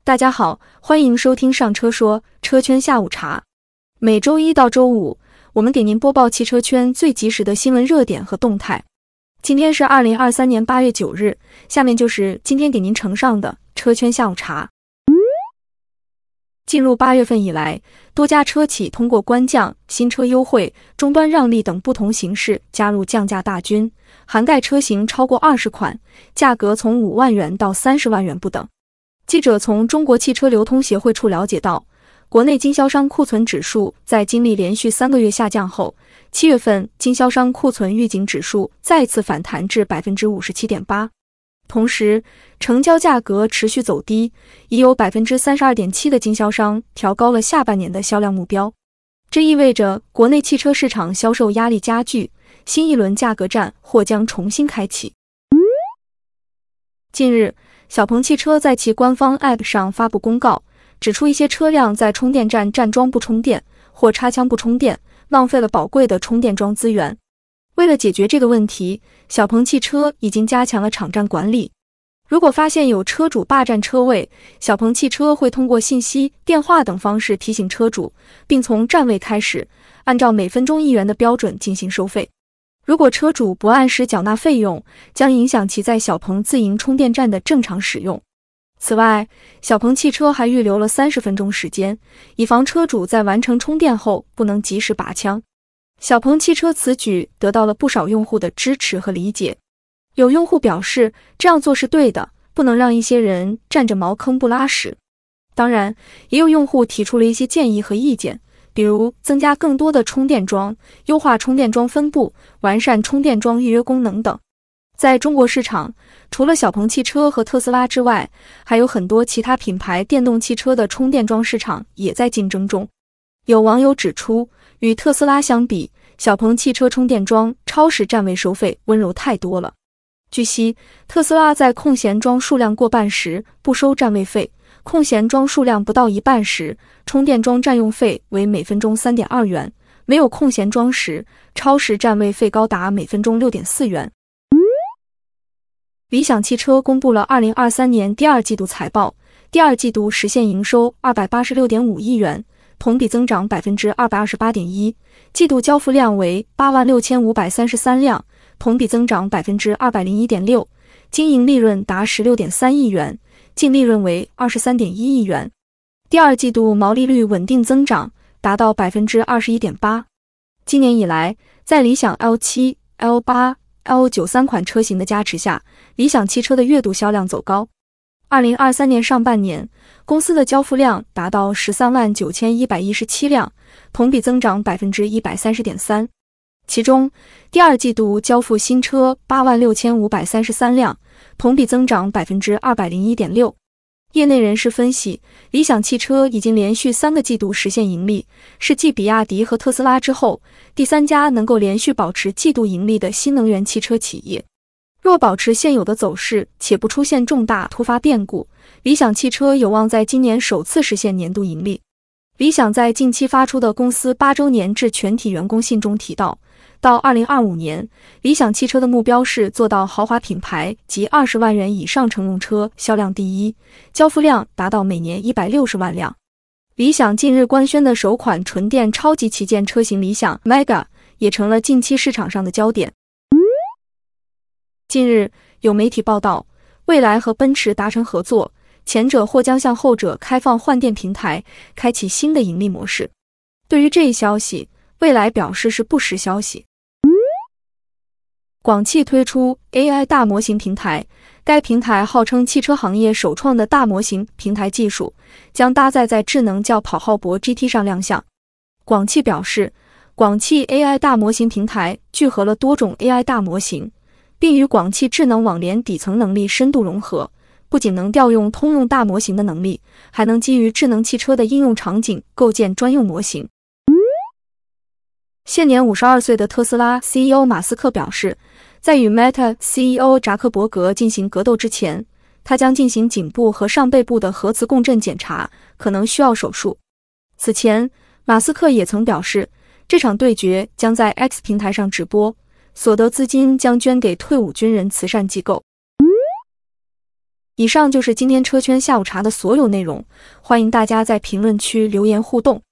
大家好，欢迎收听上车说车圈下午茶。每周一到周五，我们给您播报汽车圈最及时的新闻热点和动态。今天是2023年8月9日，下面就是今天给您呈上的车圈下午茶。进入8月份以来，多家车企通过官降、新车优惠、终端让利等不同形式加入降价大军，涵盖车型超过20款，价格从5万元到30万元不等。记者从中国汽车流通协会处了解到，国内经销商库存指数在经历连续3个月下降后，7月份经销商库存预警指数再次反弹至 57.8%。同时，成交价格持续走低，已有 32.7% 的经销商调高了下半年的销量目标。这意味着国内汽车市场销售压力加剧，新一轮价格战或将重新开启。近日，小鹏汽车在其官方 App 上发布公告，指出一些车辆在充电站站桩不充电或插枪不充电，浪费了宝贵的充电桩资源。为了解决这个问题，小鹏汽车已经加强了场站管理。如果发现有车主霸占车位，小鹏汽车会通过信息、电话等方式提醒车主，并从站位开始，按照每分钟1元的标准进行收费。如果车主不按时缴纳费用，将影响其在小鹏自营充电站的正常使用。此外，小鹏汽车还预留了30分钟时间，以防车主在完成充电后不能及时拔枪。小鹏汽车此举得到了不少用户的支持和理解。有用户表示，这样做是对的，不能让一些人占着茅坑不拉屎。当然，也有用户提出了一些建议和意见，比如增加更多的充电桩、优化充电桩分布、完善充电桩预约功能等。在中国市场，除了小鹏汽车和特斯拉之外，还有很多其他品牌电动汽车的充电桩市场也在竞争中。有网友指出，与特斯拉相比，小鹏汽车充电桩超时占位收费温柔太多了。据悉，特斯拉在空闲桩数量过半时不收占位费，空闲桩数量不到一半时，充电桩占用费为每分钟 3.2 元，没有空闲桩时，超时占位费高达每分钟 6.4 元。理想汽车公布了2023年第二季度财报，第二季度实现营收 286.5 亿元，同比增长 228.1%， 季度交付量为 86,533 辆，同比增长 201.6%， 经营利润达 16.3 亿元，净利润为 23.1 亿元。第二季度毛利率稳定增长，达到 21.8%。今年以来，在理想 L7、L8、L9 3款车型的加持下，理想汽车的月度销量走高。2023年上半年，公司的交付量达到 139,117 辆，同比增长 130.3%。其中，第二季度交付新车 86,533 辆，同比增长 201.6%。业内人士分析，理想汽车已经连续3个季度实现盈利，是继比亚迪和特斯拉之后，第3家能够连续保持季度盈利的新能源汽车企业。若保持现有的走势，且不出现重大突发变故，理想汽车有望在今年首次实现年度盈利。理想在近期发出的公司8周年致全体员工信中提到，到2025年，理想汽车的目标是做到豪华品牌及20万元以上乘用车销量第一，交付量达到每年160万辆。理想近日官宣的首款纯电超级旗舰车型理想 Mega 也成了近期市场上的焦点。近日，有媒体报道，蔚来和奔驰达成合作，前者或将向后者开放换电平台，开启新的盈利模式。对于这一消息，蔚来表示是不实消息。广汽推出 AI 大模型平台，该平台号称汽车行业首创的大模型平台技术，将搭载在智能轿跑浩博 GT 上亮相。广汽表示，广汽 AI 大模型平台聚合了多种 AI 大模型，并与广汽智能网联底层能力深度融合，不仅能调用通用大模型的能力，还能基于智能汽车的应用场景构建专用模型。现年52岁的特斯拉 CEO 马斯克表示，在与 Meta CEO 扎克伯格进行格斗之前，他将进行颈部和上背部的核磁共振检查，可能需要手术。此前，马斯克也曾表示，这场对决将在 X 平台上直播，所得资金将捐给退伍军人慈善机构。 以上就是今天车圈下午茶的所有内容，欢迎大家在评论区留言互动。